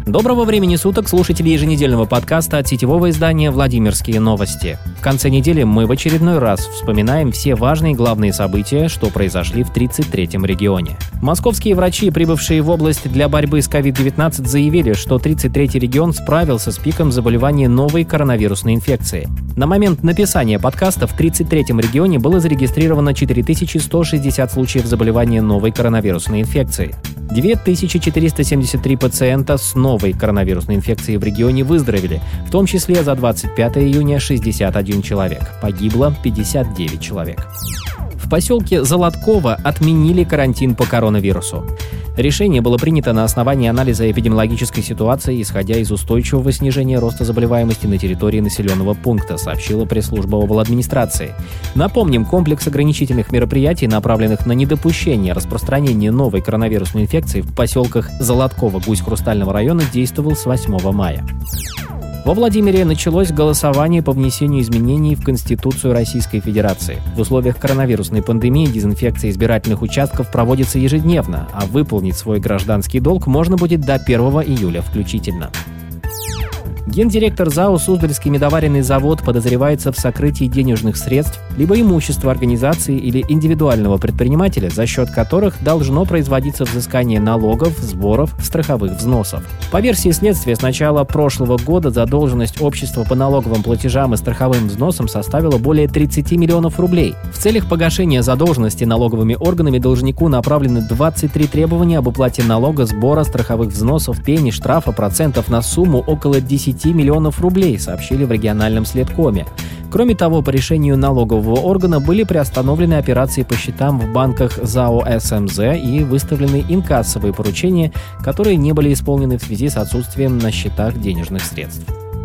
Доброго времени суток, слушатели еженедельного подкаста от сетевого издания «Владимирские новости». В конце недели мы в очередной раз вспоминаем все важные главные события, что произошли в 33-м регионе. Московские врачи, прибывшие в область для борьбы с COVID-19, заявили, что 33-й регион справился с пиком заболевания новой коронавирусной инфекции. На момент написания подкаста в 33-м регионе было зарегистрировано 4160 случаев заболевания новой коронавирусной инфекцией. 2473 пациента с новой коронавирусной инфекцией в регионе выздоровели, в том числе за 25 июня 61 человек. Погибло 59 человек. В поселке Золотково отменили карантин по коронавирусу. Решение было принято на основании анализа эпидемиологической ситуации, исходя из устойчивого снижения роста заболеваемости на территории населенного пункта, сообщила пресс-служба обладминистрации. Напомним, комплекс ограничительных мероприятий, направленных на недопущение распространения новой коронавирусной инфекции в поселках Золотково Гусь-Хрустального района, действовал с 8 мая. Во Владимире началось голосование по внесению изменений в Конституцию Российской Федерации. В условиях коронавирусной пандемии дезинфекция избирательных участков проводится ежедневно, а выполнить свой гражданский долг можно будет до 1 июля включительно. Гендиректор ЗАО «Суздальский медоваренный завод» подозревается в сокрытии денежных средств либо имущества организации или индивидуального предпринимателя, за счет которых должно производиться взыскание налогов, сборов, страховых взносов. По версии следствия, с начала прошлого года задолженность общества по налоговым платежам и страховым взносам составила более 30 миллионов рублей. В целях погашения задолженности налоговыми органами должнику направлены 23 требования об уплате налога, сбора, страховых взносов, пени, штрафа, процентов на сумму около 10 миллионов рублей, сообщили в региональном следкоме. Кроме того, по решению налогового органа были приостановлены операции по счетам в банках ЗАО СМЗ и выставлены инкассовые поручения, которые не были исполнены в связи с отсутствием на счетах денежных средств.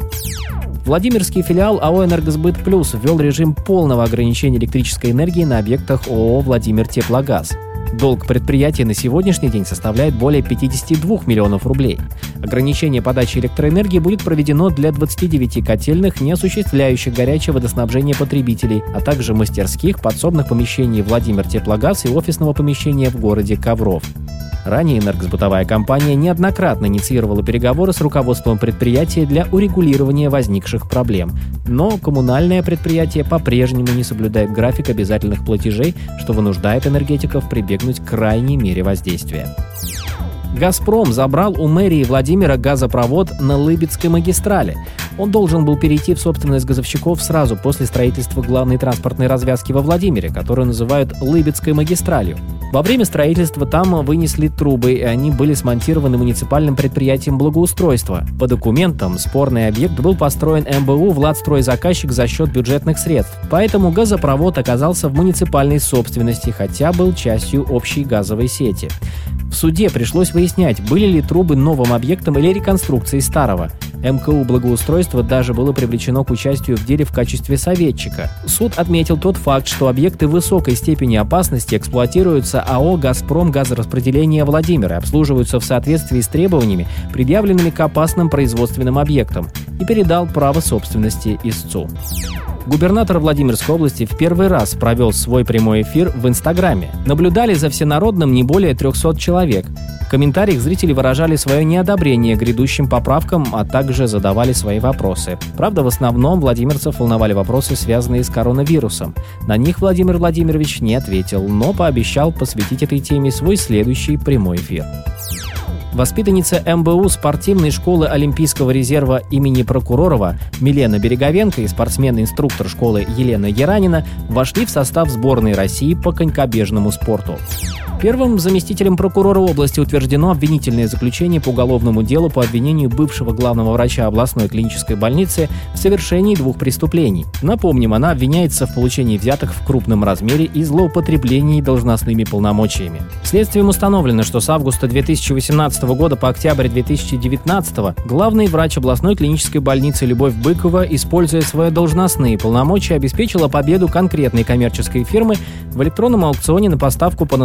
Владимирский филиал АО «Энергосбыт Плюс» ввел режим полного ограничения электрической энергии на объектах ООО «Владимиртеплогаз». Долг предприятия на сегодняшний день составляет более 52 миллионов рублей. Ограничение подачи электроэнергии будет проведено для 29 котельных, не осуществляющих горячее водоснабжение потребителей, а также мастерских, подсобных помещений Владимиртеплогаз и офисного помещения в городе Ковров. Ранее энергосбытовая компания неоднократно инициировала переговоры с руководством предприятия для урегулирования возникших проблем. Но коммунальное предприятие по-прежнему не соблюдает график обязательных платежей, что вынуждает энергетиков прибегнуть к крайней мере воздействия. «Газпром» забрал у мэрии Владимира газопровод на Лыбецкой магистрали. Он должен был перейти в собственность газовщиков сразу после строительства главной транспортной развязки во Владимире, которую называют Лыбецкой магистралью. Во время строительства там вынесли трубы, и они были смонтированы муниципальным предприятием благоустройства. По документам, спорный объект был построен МБУ «Владстройзаказчик» за счет бюджетных средств. Поэтому газопровод оказался в муниципальной собственности, хотя был частью общей газовой сети. В суде пришлось выяснять, были ли трубы новым объектом или реконструкцией старого. МКУ «Благоустройство» даже было привлечено к участию в деле в качестве советчика. Суд отметил тот факт, что объекты высокой степени опасности эксплуатируются АО «Газпром газораспределение Владимира» и обслуживаются в соответствии с требованиями, предъявленными к опасным производственным объектам, и передал право собственности истцу. Губернатор Владимирской области в первый раз провел свой прямой эфир в Инстаграме. Наблюдали за всенародным не более 300 человек. В комментариях зрители выражали свое неодобрение грядущим поправкам, а также задавали свои вопросы. Правда, в основном владимирцев волновали вопросы, связанные с коронавирусом. На них Владимир Владимирович не ответил, но пообещал посвятить этой теме свой следующий прямой эфир. Воспитанница МБУ спортивной школы Олимпийского резерва имени Прокуророва Милена Береговенко и спортсмен-инструктор школы Елена Яранина вошли в состав сборной России по конькобежному спорту. Первым заместителем прокурора области утверждено обвинительное заключение по уголовному делу по обвинению бывшего главного врача областной клинической больницы в совершении 2 преступлений. Напомним, она обвиняется в получении взяток в крупном размере и злоупотреблении должностными полномочиями. Следствием установлено, что с августа 2018 года по октябрь 2019 главный врач областной клинической больницы Любовь Быкова, используя свои должностные полномочия, обеспечила победу конкретной коммерческой фирмы в электронном аукционе на поставку по нацпроекту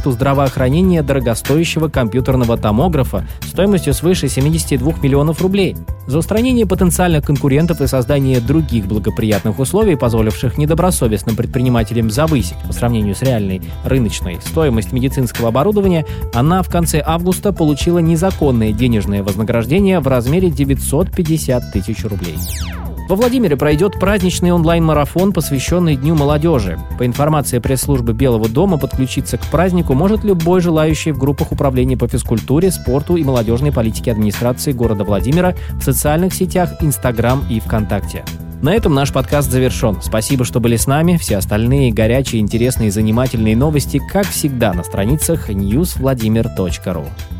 Министерству здравоохранения дорогостоящего компьютерного томографа стоимостью свыше 72 миллионов рублей. За устранение потенциальных конкурентов и создание других благоприятных условий, позволивших недобросовестным предпринимателям завысить по сравнению с реальной рыночной стоимость медицинского оборудования, она в конце августа получила незаконное денежное вознаграждение в размере 950 тысяч рублей. Во Владимире пройдет праздничный онлайн-марафон, посвященный Дню молодежи. По информации пресс-службы Белого дома, подключиться к празднику может любой желающий в группах управления по физкультуре, спорту и молодежной политике администрации города Владимира в социальных сетях Instagram и ВКонтакте. На этом наш подкаст завершен. Спасибо, что были с нами. Все остальные горячие, интересные и занимательные новости, как всегда, на страницах newsvladimir.ru.